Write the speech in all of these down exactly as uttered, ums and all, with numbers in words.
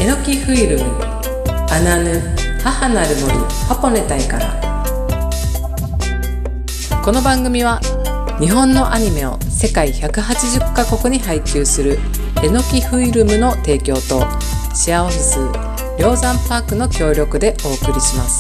えのきフィルムアナヌ母なる森ハポネタイから。この番組は日本のアニメを世界ひゃくはちじゅっカ国に配給するえのきフィルムの提供とシェアオフィス梁山パークの協力でお送りします。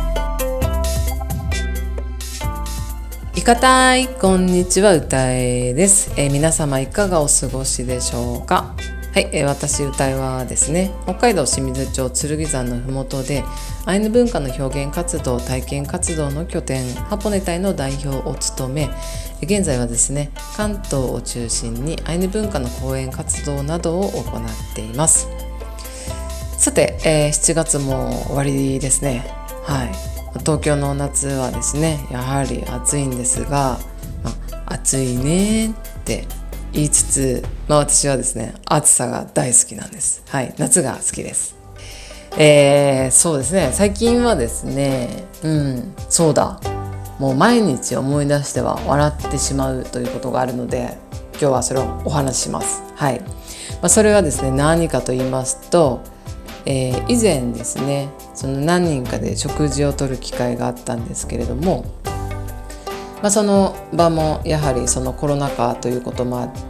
いかたい、こんにちは、うたえです。えー、皆様いかがお過ごしでしょうか。はい、えー、私うたえはですね、北海道清水町剣山のふもとでアイヌ文化の表現活動体験活動の拠点ハポネタイの代表を務め、現在はですね関東を中心にアイヌ文化の講演活動などを行っています。さて、えー、しちがつも終わりですね。はい、東京の夏はですねやはり暑いんですが、まあ、暑いねって言いつつ、まあ、私はですね暑さが大好きなんです。はい、夏が好きです。えー、そうですね最近はですねうんそうだもう毎日思い出しては笑ってしまうということがあるので、今日はそれをお話しします。はい、まあ、それはですね何かと言いますと、えー、以前ですねその何人かで食事をとる機会があったんですけれども、まあ、その場もやはりそのコロナ禍ということもあって、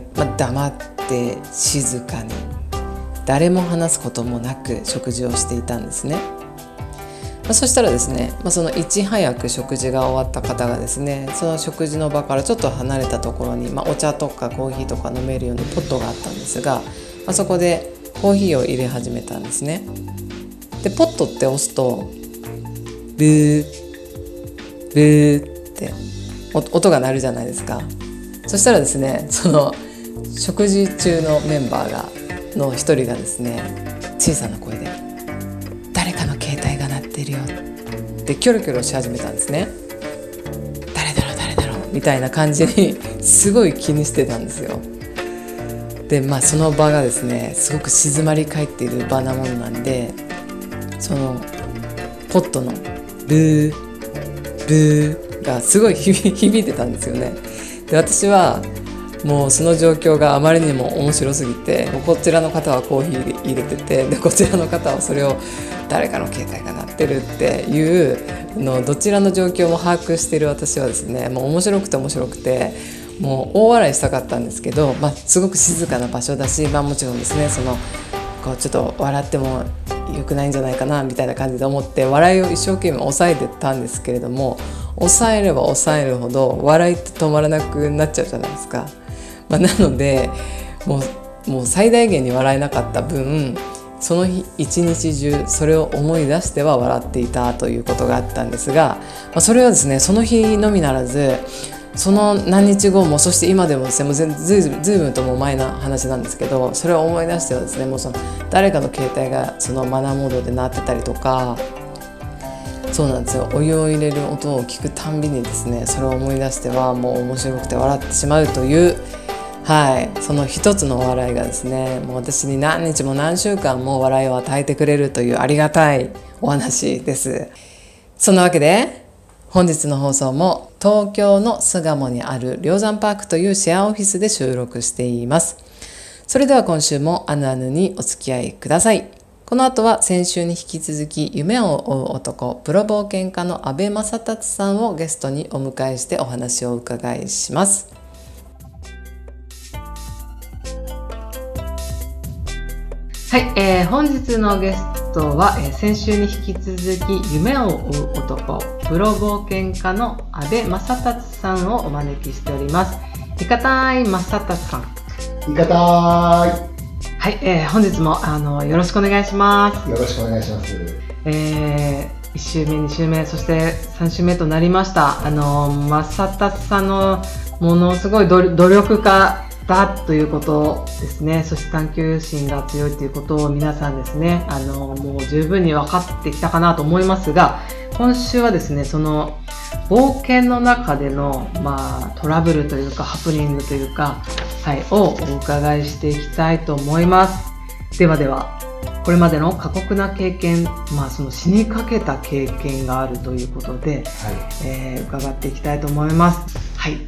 まあ、黙って静かに誰も話すこともなく食事をしていたんですね。まあ、そしたらですね、まあ、そのいち早く食事が終わった方がですねその食事の場からちょっと離れたところに、まあ、お茶とかコーヒーとか飲めるようにポットがあったんですが、まあ、そこでコーヒーを入れ始めたんですね。でポットって押すとブーブーって音が鳴るじゃないですか。そしたらですねその食事中のメンバーがの一人がですね小さな声で誰かの携帯が鳴ってるよってキョロキョロし始めたんですね。誰だろう誰だろうみたいな感じにすごい気にしてたんですよ。でまあその場がですねすごく静まり返っている場なものなんで、そのポットのブーブーがすごい響いてたんですよね。で私はもうその状況があまりにも面白すぎて、こちらの方はコーヒー入れてて、でこちらの方はそれを誰かの携帯が鳴ってるっていうのどちらの状況も把握している私はですねもう面白くて面白くてもう大笑いしたかったんですけど、まあ、すごく静かな場所だし、まあ、もちろんですねそのこうちょっと笑っても良くないんじゃないかなみたいな感じで思って笑いを一生懸命抑えてたんですけれども、抑えれば抑えるほど笑いって止まらなくなっちゃうじゃないですか。まあ、なのでもう、もう最大限に笑えなかった分その日一日中それを思い出しては笑っていたということがあったんですが、まあ、それはですねその日のみならずその何日後もそして今でもですねもうずいずいずいぶんとも前な話なんですけど、それを思い出してはですねもうその誰かの携帯がそのマナーモードで鳴ってたりとか、そうなんですよお湯を入れる音を聞くたんびにですねそれを思い出してはもう面白くて笑ってしまうというはい、その一つの笑いがですねもう私に何日も何週間も笑いを与えてくれるというありがたいお話です。そんなわけで本日の放送も東京の巣鴨にある梁山パークというシェアオフィスで収録しています。それでは今週もアヌアヌにお付き合いください。この後は先週に引き続き夢を追う男プロ冒険家の阿部正達さんをゲストにお迎えしてお話をお伺いします。はい、えー、本日のゲストは、えー、先週に引き続き夢を追う男プロ冒険家の阿部正達さんをお招きしております。いかたい正達さん。 いかたーい。 はい、えー、本日もあのよろしくお願いします。 よろしくお願いします。 えー、いち週目に週目そしてさん週目となりました。あの正達さんのものすごい努力家だということですね。そして探求心が強いということを皆さんですねあのもう十分に分かってきたかなと思いますが、今週はですねその冒険の中での、まあ、トラブルというかハプニングというか、はい、をお伺いしていきたいと思います。ではではこれまでの過酷な経験、まあ、その死にかけた経験があるということで、はいえー、伺っていきたいと思います。はい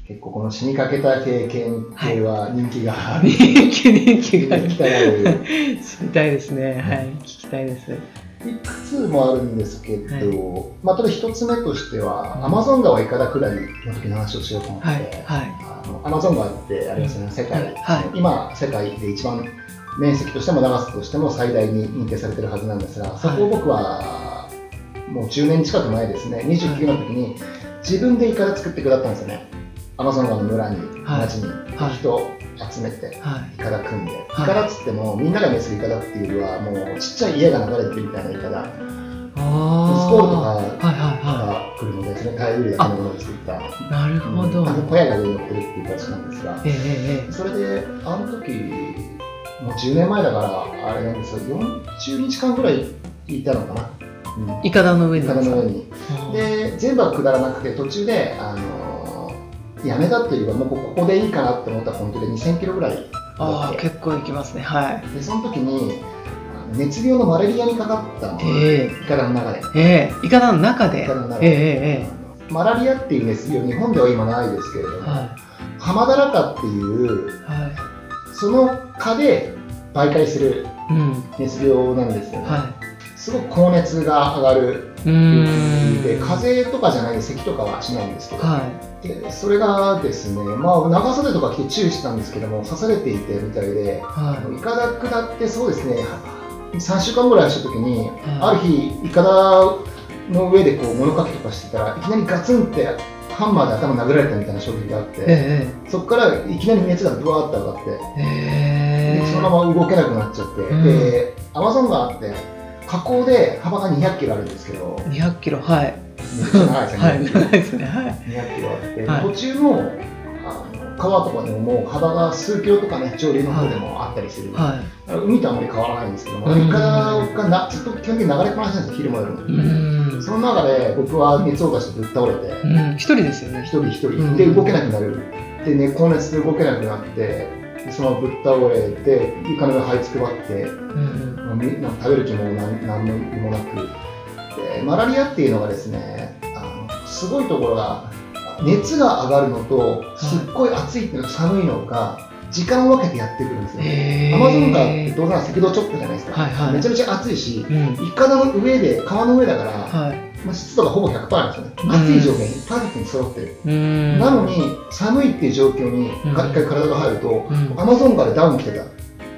結構この死にかけた経験系は人気がある、 はい、人気人気がある聞きたい知りたいですね、はい、聞きたいです。 いくつもあるんですけど、はい、まあ、ただ一つ目としては、アマゾン川いかだ下りの時の話をしようと思って、はいはい、あのアマゾン川ってありますね、世界、はい、今世界で一番面積としても長さとしても最大に認定されているはずなんですが、そこを僕はもうじゅうねん近く前ですね、にじゅうきゅうの時に自分でいかだ作ってくだったんですよね。アマゾン川の村に、町に人集めて、いかだ組んで、いかだっつってもみんなが目するいかだっていうよりはもうちっちゃい家が流れてるみたいなイカダ、スコールとかが来るので、それタイルだけのもので作った、 なるほど、 あの小屋が上に乗ってるっていう形なんですが、 えー、 それであの時もうじゅうねんまえだからあれなんですよ、よんじゅうにちかんぐらいいたのかな、 うん、いかだの上に。 いかだの上にで全部は下らなくて、途中であのやめたっていうか、もうここでいいかなって思ったら本当でにせんキロぐらい。 ああ、結構行きますね。はい。 でその時に熱病のマラリアにかかったんです、えー、イカダの中で。 ええー、イカダの中で。 イカダの中で。えー、マラリアっていう熱病、日本では今ないですけれども、はい、ハマダラカっていう、はい、その蚊で媒介する熱病なんですよね。うん、はい、すごく高熱が上がる病気で、風邪とかじゃない、咳とかはしないんですけど、はい、でそれがですね、まあ、長袖とか着て注意してたんですけども、刺されていてみたいで、はい、イカダ下ってそうですね、さんしゅうかんぐらいした時に、はい、ある日、イカダの上でこう物書きとかしてたら、いきなりガツンってハンマーで頭殴られたみたいな衝撃があって、えー、そこからいきなり熱がブワーッと上がって、えー、でそのまま動けなくなっちゃって、うん、でアマゾン川って河口で幅がにひゃくキロあるんですけど、 にひゃくキロ、はい、 めっちゃ長いですね、はい、 長いですね、はい、 にひゃくキロあって、はい、途中のあの川とかでももう幅が数キロとかね、上流の方でもあったりする、はい、海とあまり変わらないんですけども、イカがなずっと基本的に流れっぱなしなんですよ、昼も夜も。うん、その中で僕は熱を出してぶっ倒れて、 うん、一人ですよね、 一人一人、うん、で動けなくなる、で、ね、高熱で動けなくなって、そのままぶっ倒れて、イカの上這いつくばって、うんうん、なんか食べる気も何何もなくで、マラリアっていうのがですね、あのすごいところが、熱が上がるのと、すっごい暑いっていうのと寒いのが、時間を分けてやってくるんですよ。アマゾン川って当然赤道直下じゃないですか、はいはい、めちゃめちゃ暑いし、うん、イカダの上で、川の上だから、はい、まあ、湿度がほぼ ひゃくパーセント なんですよね、暑い条件にパーフェクトに揃ってる、うん、なのに寒いっていう状況に一回体が入ると、うん、アマゾン川でダウン着てた、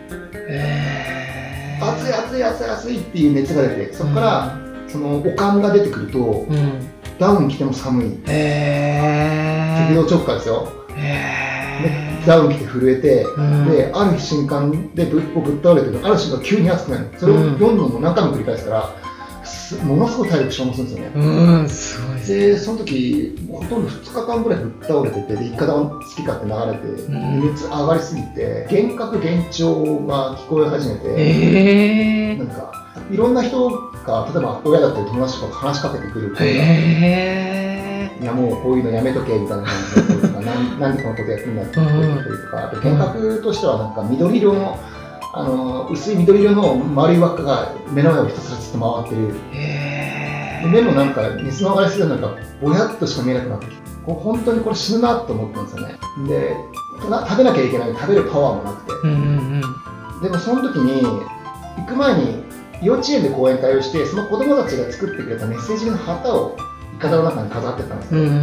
えー、暑い暑い暑い暑いっていう熱が出て、そこから、うん、その悪寒が出てくると、うん、ダウン着ても寒い、えー、赤道直下ですよ、えー、ダウン着て震えて、うん、である瞬間でぶっぶっ倒れてる、ある瞬間急に暑くなる、それをどんどんも何回も繰り返すから、ものすごい体力消耗するんですよね。うん、すごいですね。で、その時ほとんどふつかかんぐらいぶっ倒れてて、でイカダ好き勝手流れて、うん、熱上がりすぎて幻覚幻聴が聞こえ始めて、えー、なんかいろんな人が、例えば親だったり友達とか話しかけてくる声が、えー、いやもうこういうのやめとけみたいな感じでとかなんなんでこのことやってんだって言ってくるとか、あと幻覚としてはなんか緑色のあの薄い緑色の丸い輪っかが目の前をひたすらずっと回ってる、えー、で目もなんか熱の上がりすぎるなんかぼやっとしか見えなくなってきて、こう本当にこれ死ぬなと思ったんですよね。で食べなきゃいけない、食べるパワーもなくて、うんうんうん、でもその時に行く前に幼稚園で講演会をして、その子供たちが作ってくれたメッセージの旗をイカダの中に飾ってたんですよ、うんうんうん、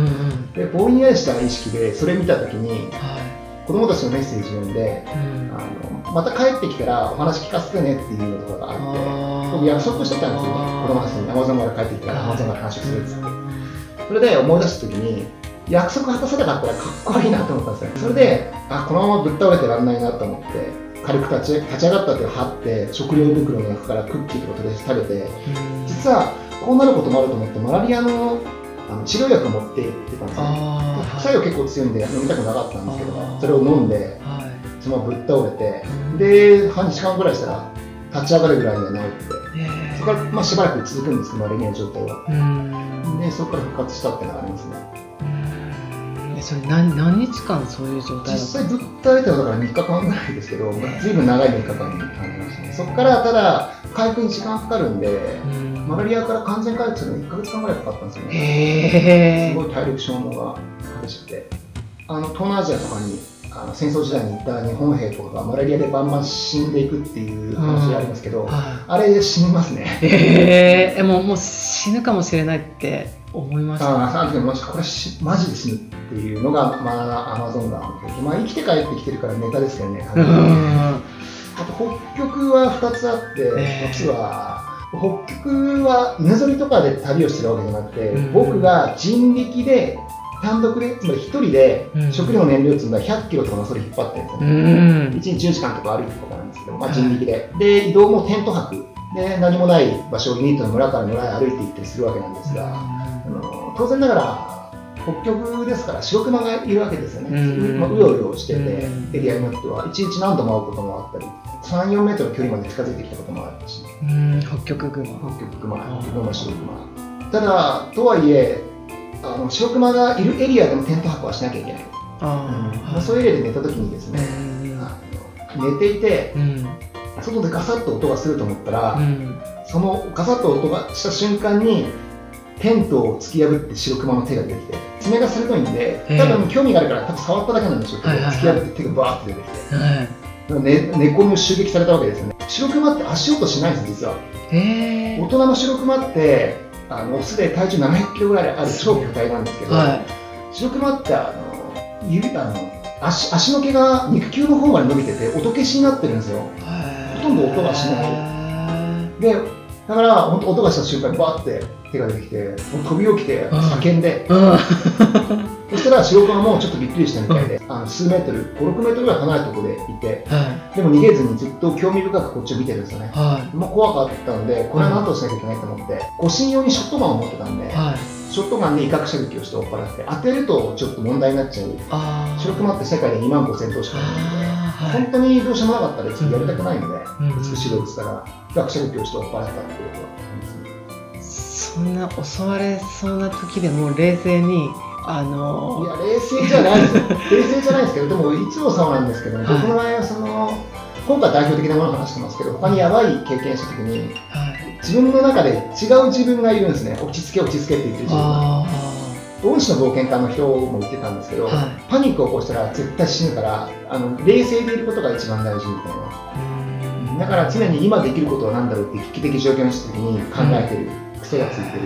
でぼんやりした意識でそれ見た時に、はい、子供たちのメッセージを読んで、うん、あのまた帰ってきたらお話聞かせてねっていうのとかがあって、僕約束してたんですよね、子供たちに。アマゾンから帰ってきたらアマゾンから話をするっつって、それで思い出した時に約束果たせなかったらかっこ悪いなと思ったんですよ。それであこのままぶっ倒れてらんないなと思って軽く立ち立ち上がった手を張って食料袋の中からクッキーとか取り出して食べて、実はこうなることもあると思ってマラリアのあの治療薬を持って行ってたんですよ。副作用結構強いんで飲みたくなかったんですけど、それを飲んで、はい、そのままぶっ倒れて、で半日間ぐらいしたら立ち上がるぐらいには治って、そこから、まあ、しばらく続くんですけど、マラリアの状態は。でそこから復活したっていうのがありますね。 それ 何, 何日間そういう状態だったんですか？ 実際ぶっ倒れたのだからみっかかんぐらいですけど、ずいぶん長いみっかかんになりましたね。そこからただ回復に時間かかるんで、んマラリアから完全回復するのにいっかげつかんぐらいかかったんですよね。すごい体力消耗が激しくて。 あの東南アジアとかにあの戦争時代に行った日本兵とかがマラリアでバンバン死んでいくっていう話がありますけど、うん、はい、あれ死にますね。 えー、もうもう死ぬかもしれないって思いました、ね。 ああ、もしこれしマジで死ぬっていうのが、まあ、アマゾン川、まあ、生きて帰ってきてるからネタですよね。うん、あと北極はふたつあって、えー、ひとつは北極は犬ぞりとかで旅をしてるわけじゃなくて、うん、僕が人力で単独で、つまりひとりで食料の燃料積んだひゃっキロとかのそれ引っ張ってるんですよね。うん、いちにちじゅうじかんとか歩いてるとかなんですけど、まあ、人力で。で、移動もテント泊で何もない場所をユニットの村から村へ歩いて行ったりするわけなんですが、うん、あの当然ながら北極ですから白熊がいるわけですよね。うん、まあ、うようよしてて、エリアによってはいちにち何度も会うこともあったり、さん、よんメートルの距離まで近づいてきたこともあるし、 うん、北極熊、 北極熊、北極熊、白熊。ただ、とはいえ、あの白熊がいるエリアでもテント泊はしなきゃいけない。あ、うん、まあ、そういうエリアで寝たときにですね、あの寝ていて、うん、外でガサッと音がすると思ったら、うん、そのガサッと音がした瞬間にテントを突き破って白熊の手が出てきて、爪が鋭いんで、多分興味があるから多分触っただけなんでしょうけど、突き破って手がバーって出てきて、はいね、寝込みを襲撃されたわけですよね。白熊って足音しないんです実は。へー。大人の白熊ってあのオスで体重ななひゃくキロぐらいある超巨体なんですけど、はい、白熊ってあの指あの 足, 足の毛が肉球の方まで伸びてて音消しになってるんですよ。ほとんど音がしない。でだから本当音がした瞬間にバーって手が出てきて飛び起きて叫んで、うん、そしたら白熊もちょっとびっくりしたみたいで、うん、あの数メートルご、ろくメートルぐらい離れたところでいて、はい、でも逃げずにずっと興味深くこっちを見てるんですよね。はい、もう怖かったのでこれは何としなきゃいけないと思って、護身用にショットガンを持ってたんで、はい、ショットガンで威嚇射撃をして追っ払って当てるとちょっと問題になっちゃう。白熊って世界でにまんごせんとうしかいないので、はい、本当にどうしようもなかったら次やりたくないので、うん、美しい動物から威嚇射撃をして追っ払ったってことはそんな襲われそうな時でも冷静にあのー、いや冷静じゃないですよ冷静じゃないですけど、でもいつもそうなんですけど、はい、僕の場合はその今回代表的なものを話してますけど、他にやばい経験した時に、はい、自分の中で違う自分がいるんですね。落ち着け落ち着けって言ってる自分が。恩師の冒険家の人も言ってたんですけど、はい、パニックを起こしたら絶対死ぬからあの冷静でいることが一番大事みたいな。だから常に今できることは何だろうって危機的状況にした時に考えてる、うん、癖がついてる。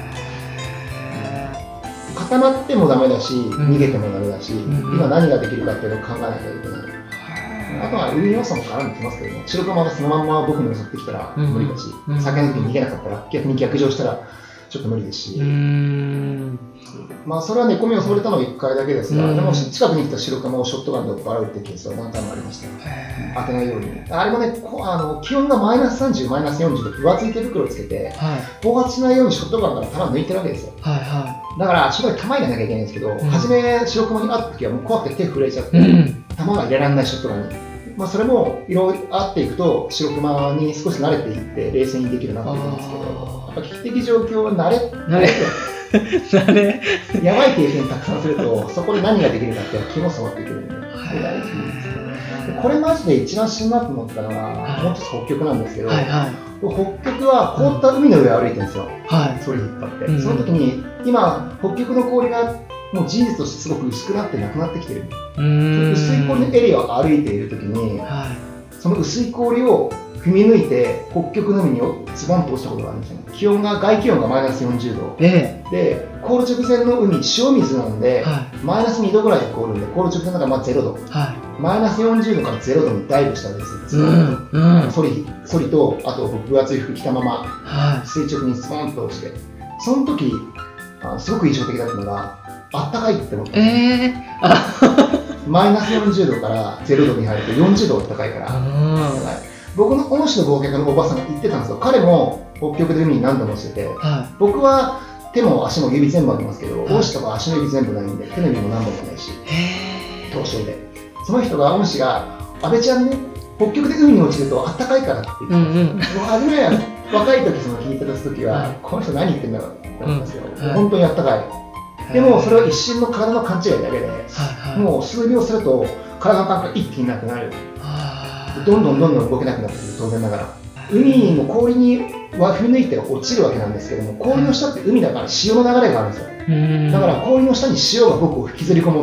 固まってもダメだし、逃げてもダメだし、うん、今何ができるかっていうのを考えなきゃいけない。あとは運要素も絡んできますけどね。白熊がそのまんま僕に襲ってきたら無理だし、うん、酒の時に逃げなかったら逆に逆上したらちょっと無理ですし、うーん、まあそれは寝込みを襲われたのがいっかいだけですが、でも近くに来た白熊をショットガンで追っ払うっていうケースは何回もありました。当てないように。あれもね、あの気温がマイナスさんじゅう、マイナスよんじゅうで分厚い手袋をつけて、はい、暴発しないようにショットガンから弾抜いてるわけですよ。はいはい、だからしばらく弾入れなきゃいけないんですけど、うん、初め白熊に会った時はもう怖くて手震えちゃって、うん、弾が入れられないショットガンに。まあそれもいろいろあっていくと白熊に少し慣れていって冷静にできるようになっていくんですけど、やっぱ危機的状況は慣れ慣れ慣れやばい経験たくさんするとそこで何ができるかっていうの気も触ってくるんで、これ大事なんですよね。これマジで一番死ぬなと思ったのはもう一つ北極なんですけど、はいはい、北極は凍った海の上を歩いてるんですよ、はい、それ引っ張って、うん、その時に今北極の氷がもう事実としてすごく薄くなってなくなってきてる。うーん、薄い氷のエリアを歩いているときに、はい、その薄い氷を踏み抜いて北極の海にズボンと落ちたことがあるんですよね。気温が外気温がマイナスよんじゅうど、えー、で凍る直前の海塩水なんで、はい、マイナスにどぐらいで凍るんで凍る直前だからまあゼロど、はい、マイナスよんじゅうどからゼロどにダイブしたんですよ。うんうん、ソリソリとあと分厚い服着たまま、はい、垂直にズボンと落ちて、その時あすごく印象的だったのがあったかいって思ったんです、ね、えー、マイナスよんじゅうどからゼロどに入るとよんじゅうどあったかいから、僕の恩師の冒険家のおばさんが言ってたんですよ。彼も北極で海に何度もしてて、はい、僕は手も足も指全部ありますけど、はい、恩師とか足の指全部ないんで手の指も何本もないし、凍傷で、その人が恩師が安倍ちゃんね北極で海に落ちるとあったかいからって言って、うんうん、初めは若い時その聞いた時は、はい、この人何言ってんだろうって思ったんですけど、うんはい、本当にあったかい。でもそれは一瞬の体の勘違いだけで、はいはい、もう数秒すると体の感覚が一気になくなる。どんどんどんどん動けなくなってくる、当然ながら。海の氷に踏み抜いて落ちるわけなんですけども、氷の下って海だから潮の流れがあるんですよ。だから氷の下に潮が僕を引きずり込もうとする。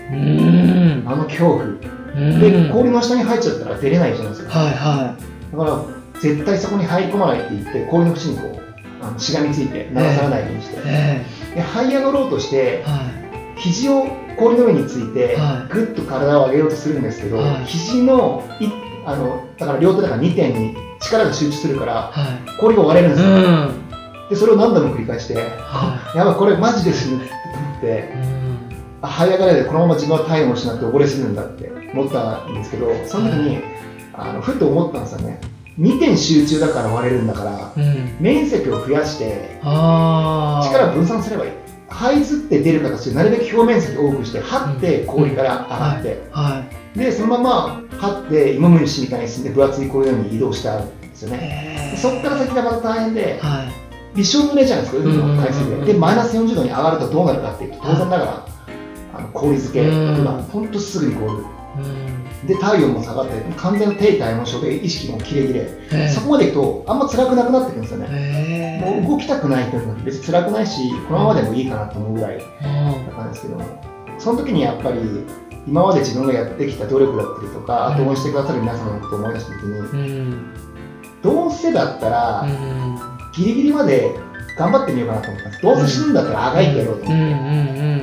うん、あの恐怖、うん、で氷の下に入っちゃったら出れないじゃないですか、 はいはい、 だから絶対そこに入り込まないって言って氷の縁にこうあのしがみついて流されないようにして、えー、で這い上がろうとして、はい、肘を氷の上について、はい、ぐっと体を上げようとするんですけど、はい、肘のいあのだから両手だからにてんに力が集中するから、はい、氷が割れるんですよ、うん、でそれを何度も繰り返して、はい、やばいこれマジで死ぬって思って、うん、あ這い上がれでこのまま自分は体温を失って溺れ死ぬんだって思ったんですけど、その時に、はい、あのふっと思ったんですよね。にてん集中だから割れるんだから、うん、面積を増やして力を分散すればいい。這いずって出る形でなるべく表面積を多くして張って氷から上がって、うんはいはい、でそのまま張って芋虫みたいに進んで分厚い氷のように移動してあるんですよね。そこから先がまた大変で、はい、びしょ濡れじゃないですか、海の海水で、うんうんうん、でマイナスよんじゅうどに上がるとどうなるかっていうと当然ながら、はい、あの氷漬けがほんとすぐに凍る、うんで体温も下がって完全な低体温症で意識もキレキレ、そこまでいくとあんま辛くなくなってくるんですよね。もう動きたくないというのは別に辛くないしこのままでもいいかなと思うぐらいだったんですけども、その時にやっぱり今まで自分がやってきた努力だったりとか、あと応援してくださる皆様のことを思い出した時に、うん、どうせだったら、うん、ギリギリまで頑張ってみようかなと思ったんです。どうせ死ぬんだったらあがいてやろうと思って、うんうんうん、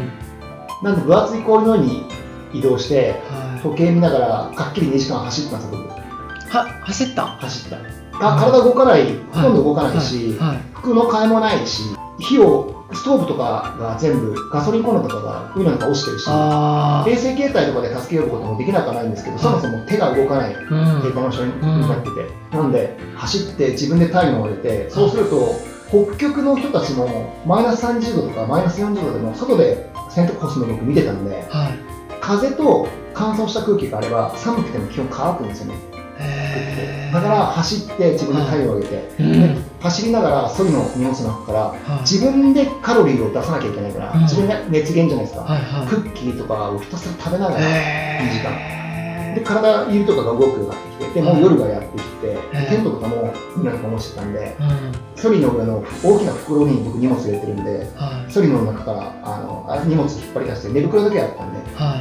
なんで分厚い氷のように移動して、はい、時計見ながらかっきりにじかん走ったんですよ僕。 は走った走ったあ体動かない、ほとんど動かないし、はいはい、服の替えもないし、火をストーブとかが全部ガソリンコンロとかが海の中落ちてるし、衛星携帯とかで助けようこともできなくはないんですけど、はい、そもそも手が動かない携帯の場所になってて、うん、なんで走って自分で体温を入れて、そうすると北極の人たちもマイナスさんじゅうどとかマイナスよんじゅうどでも外で洗濯干すの僕見てたんで、はい、風と乾燥した空気があれば寒くても基本乾くんですよね。だから走って自分で体温を上げて、はいうん、走りながらソリの荷物の中から、はい、自分でカロリーを出さなきゃいけないから、うん、自分が熱源じゃないですか、はいはい、クッキーとかをひたすら食べながらにじかんで体指とかが動くようになってきて、でもう夜がやってきて、テントとかも海の中に落ちてたんで、うん、ソリの上の大きな袋に僕荷物入れてるんで、はい、ソリの中からあのあ荷物引っ張り出して寝袋だけあったんで、はい、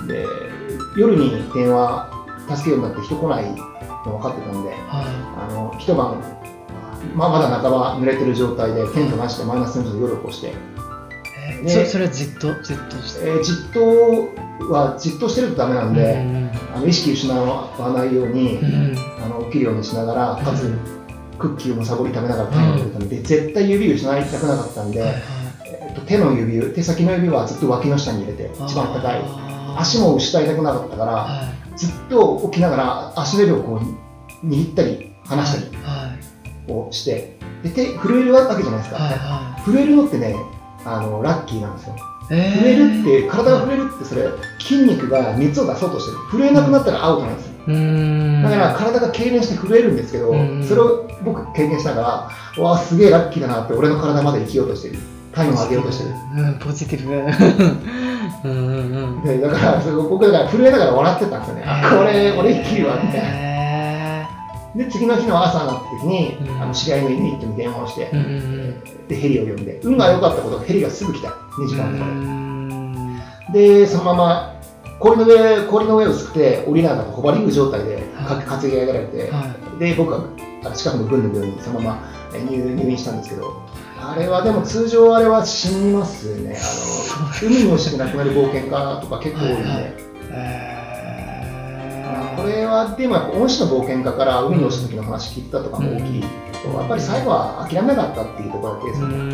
で夜に電話助けようになって人来ないの分かってたんで、はい、あの一晩、まあ、まだ半ば濡れてる状態でテントなしでマイナスよんじゅうど夜を越して、 えー、そ, それはじっとじっとして、 えー、じっとはじっとしてるとダメなんで、うん、あの意識失わないように、うん、あの起きるようにしながら、かつ、うん、クッキーをむさぼり食べながら体を入れるためで、うん、絶対指を失いたくなかったんで、はいはい、えー、と手の指手先の指はずっと脇の下に入れて一番高い、足も失いたくなかったから、はい、ずっと起きながら足の指をこう握ったり離したりをして、で手震えるわけじゃないですか、はいはい、震えるのってねあのラッキーなんですよ、えー、震えるって体が震えるってそれ筋肉が熱を出そうとしてる、震えなくなったらアウトなんですよ、うん、だから体が痙攣して震えるんですけど、うん、それを僕経験しながらわあすげえラッキーだなって、俺の体まで生きようとしてる、体温を上げようとしてる、 うん、ポジティブうんうんうん、 でだから僕だから震えながら笑ってたんですよね、えー、あこれ俺生きるわみたいな、えー、で次の日の朝になった時に、うん、あの知り合いのイヌイットに電話をして、うんうん、でヘリを呼んで、運が良かったことがヘリがすぐ来たにじかんとかで、うん、でそのまま氷の上氷の上をすくって降りながらホバリング状態で担ぎ上げられて、はい、で僕は近くの軍の病院にそのまま入, 入院したんですけど、あれはでも通常あれは死にますね。あの海に落ちて亡くなる冒険家とか結構多いんで、はいはい、えー、これはでもやっぱ恩師の冒険家から海に落ちた時の話聞いたとかも大きい、うん、やっぱり最後は諦めなかったっていうところだけですよね。うん、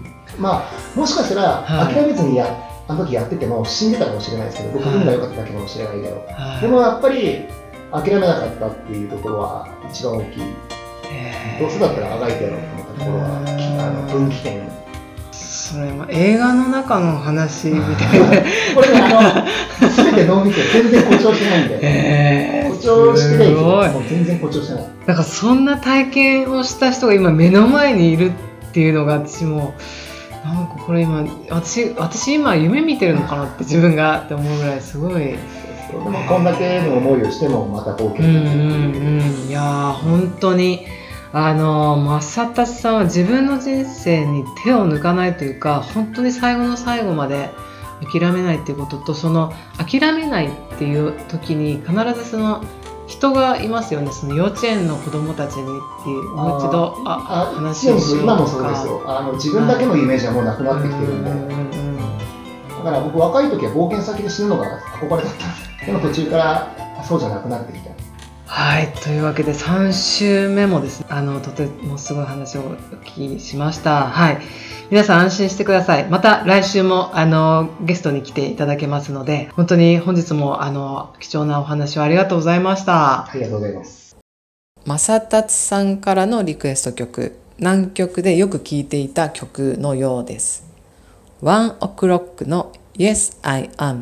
まあもしかしたら諦めずにや、はい、あの時やってても死んでたかもしれないですけど、僕運が良かっただけかもしれないけど、はい、でもやっぱり諦めなかったっていうところは一番大きい。どうせだったらあがいてやろうと思ったところはあの分岐点。 それも映画の中の話みたいなこれねあの全てノーミスで全然誇張してないんで、えー、誇張してないけどもう全然誇張してない。 だからそんな体験をした人が今目の前にいるっていうのが私もなんかこれ今私私今夢見てるのかなって自分がって思うぐらいすごい。でもこんだけの思いをしてもまた冒険うんうんうん、いやー本当にあの正達さんは自分の人生に手を抜かないというか、本当に最後の最後まで諦めないっていうことと、その諦めないっていう時に必ずその人がいますよね。その幼稚園の子供たちにっていう、もう一度ああ話をしようとか。 今もそうですよ。あの自分だけの夢じゃもうなくなってきてるんで、うんうんうん、だから僕若い時は冒険先で死ぬのが憧れだったんです。でも途中からそうじゃなくなってきた。 はい、というわけでさん週目もですね、あのとてもすごい話をお聞きしました。はい、皆さん安心してください。また来週もあのゲストに来ていただけますので、本当に本日もあの貴重なお話をありがとうございました。 ありがとうございます。 正達さんからのリクエスト曲、南極でよく聴いていた曲のようです。ワンオクロックの Yes I Am。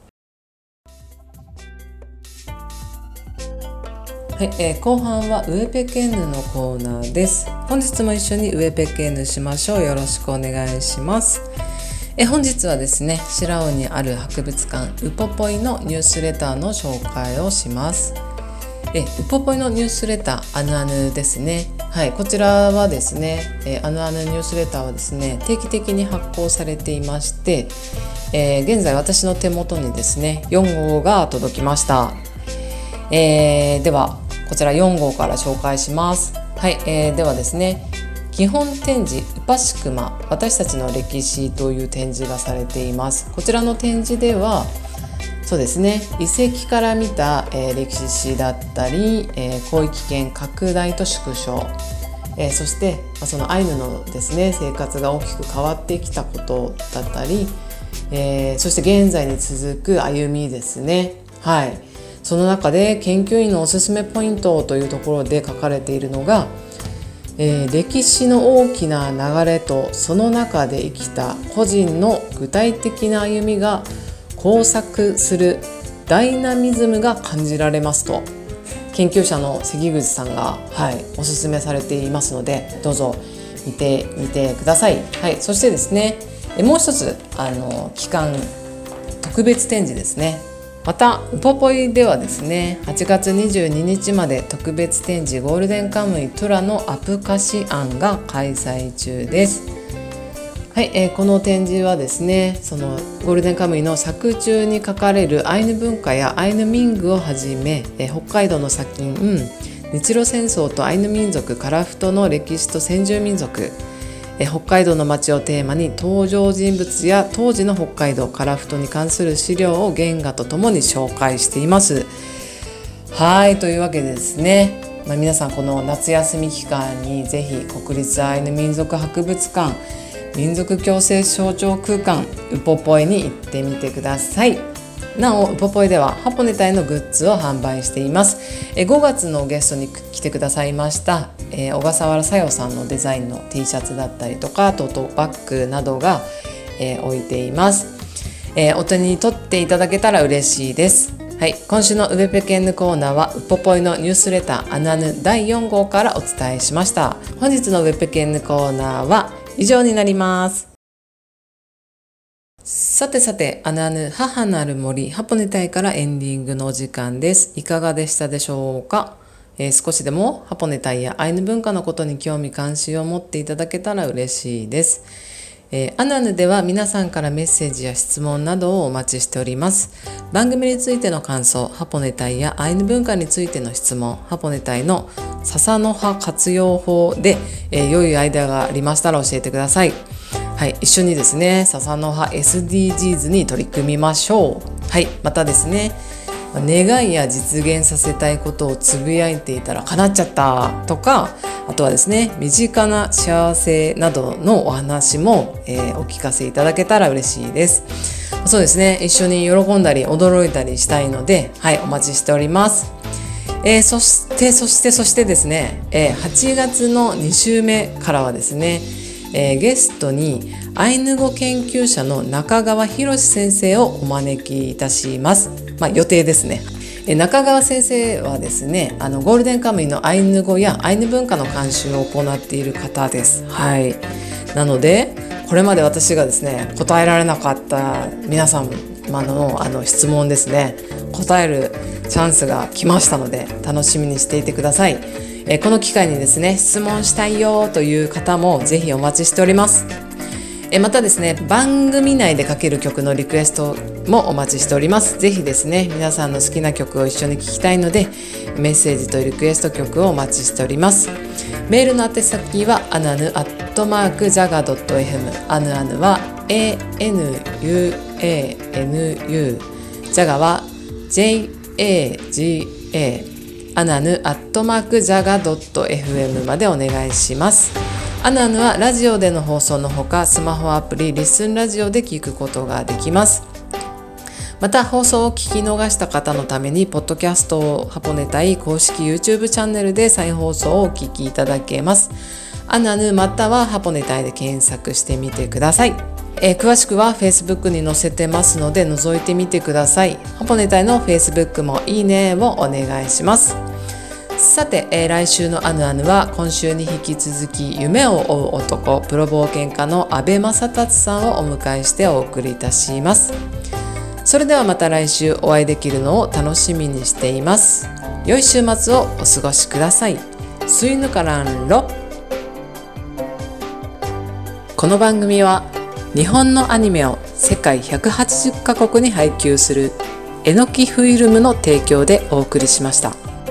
はい、えー、後半はウエペケンヌのコーナーです。本日も一緒にウエペケンヌしましょう。よろしくお願いします。え本日はですね、白尾にある博物館ウポポイのニュースレターの紹介をします。えウポポイのニュースレター、アヌアヌですね。はい、こちらはですね、えアヌアヌニュースレターはですね、定期的に発行されていまして、えー、現在私の手元にですねよん号が届きました。えー、ではこちらよん号から紹介します。はい、えー、ではですね、基本展示ウパシクマ、私たちの歴史という展示がされています。こちらの展示ではそうですね、遺跡から見た、えー、歴史だったり、えー、広域圏拡大と縮小、えー、そして、まあ、そのアイヌのですね生活が大きく変わってきたことだったり、えー、そして現在に続く歩みですね。はい、その中で研究員のおすすめポイントというところで書かれているのが、えー、歴史の大きな流れとその中で生きた個人の具体的な歩みが交錯するダイナミズムが感じられますと研究者の関口さんが、はい、おすすめされていますので、どうぞ見てみてください。はい、そしてですね、もう一つあの期間特別展示ですね。またウポポイではですね、はちがつにじゅうににちまで特別展示ゴールデンカムイトゥラのアプカシアンが開催中です。はい、えー、この展示はですね、そのゴールデンカムイの作中に書かれるアイヌ文化やアイヌ民具をはじめ、えー、北海道の砂金、うん、日露戦争とアイヌ民族カラフトの歴史と先住民族、えー、北海道の街をテーマに登場人物や当時の北海道カラフトに関する資料を原画とともに紹介しています。はい、というわけでですね、まあ、皆さんこの夏休み期間にぜひ国立アイヌ民族博物館、民族共生象徴空間ウポポイに行ってみてください。なおウポポイではハポネタイのグッズを販売しています。えごがつのゲストに来てくださいました、えー、小笠原さよさんのデザインの T シャツだったりとかトートバッグなどが、えー、置いています。えー、お手に取っていただけたら嬉しいです。はい、今週のウベペケンヌコーナーはウポポイのニュースレターアナヌだいよん号からお伝えしました。本日のウベペケンヌコーナーは以上になります。さてさて、アナヌ母なる森ハポネタイからエンディングのお時間です。いかがでしたでしょうか。えー、少しでもハポネタイやアイヌ文化のことに興味関心を持っていただけたら嬉しいです。えー、アナヌでは皆さんからメッセージや質問などをお待ちしております。番組についての感想、ハポネタイやアイヌ文化についての質問、ハポネタイの笹の葉活用法で、えー、良いアイデアがありましたら教えてください。はい、一緒にですね、笹の葉 エスディージーズ に取り組みましょう。はい、またですね、願いや実現させたいことをつぶやいていたら叶っちゃったとか、あとはですね、身近な幸せなどのお話も、えー、お聞かせいただけたら嬉しいです。そうですね、一緒に喜んだり驚いたりしたいので、はい、お待ちしております。えー、そしてそしてそしてですね、えー、はちがつのに週目からはですね、えー、ゲストにアイヌ語研究者の中川博先生をお招きいたします。まあ、予定ですね。えー、中川先生はですね、あのゴールデンカムイのアイヌ語やアイヌ文化の監修を行っている方です。はい。なのでこれまで私がですね答えられなかった皆さんのあの質問ですね、答えるチャンスが来ましたので楽しみにしていてください。えー、この機会にですね質問したいよという方もぜひお待ちしております。 えまたですね、番組内でかける曲のリクエストもお待ちしております。ぜひですね、皆さんの好きな曲を一緒に聴きたいので、メッセージとリクエスト曲をお待ちしております。メールの宛先はアナヌアットマークジャガドットエフエム、アヌアヌは エーエヌユーエーエヌユー、ジャガは ジェイエージーエー、アナヌアットマークジャガドットエフエムまでお願いします。アナヌはラジオでの放送のほか、スマホアプリリッスンラジオで聞くことができます。また放送を聞き逃した方のためにポッドキャストをハポネタイ公式 YouTube チャンネルで再放送をお聞きいただけます。アナヌまたはハポネタイで検索してみてください。えー、詳しくは Facebook に載せてますので覗いてみてください。ハポネタイの Facebook もいいねをお願いします。さて、えー、来週のアヌアヌは今週に引き続き夢を追う男、プロ冒険家の阿部正達さんをお迎えしてお送りいたします。それではまた来週お会いできるのを楽しみにしています。良い週末をお過ごしください。スイヌカランロ。この番組は日本のアニメを世界ひゃくはちじゅっカ国に配給するえのきフィルムの提供でお送りしました。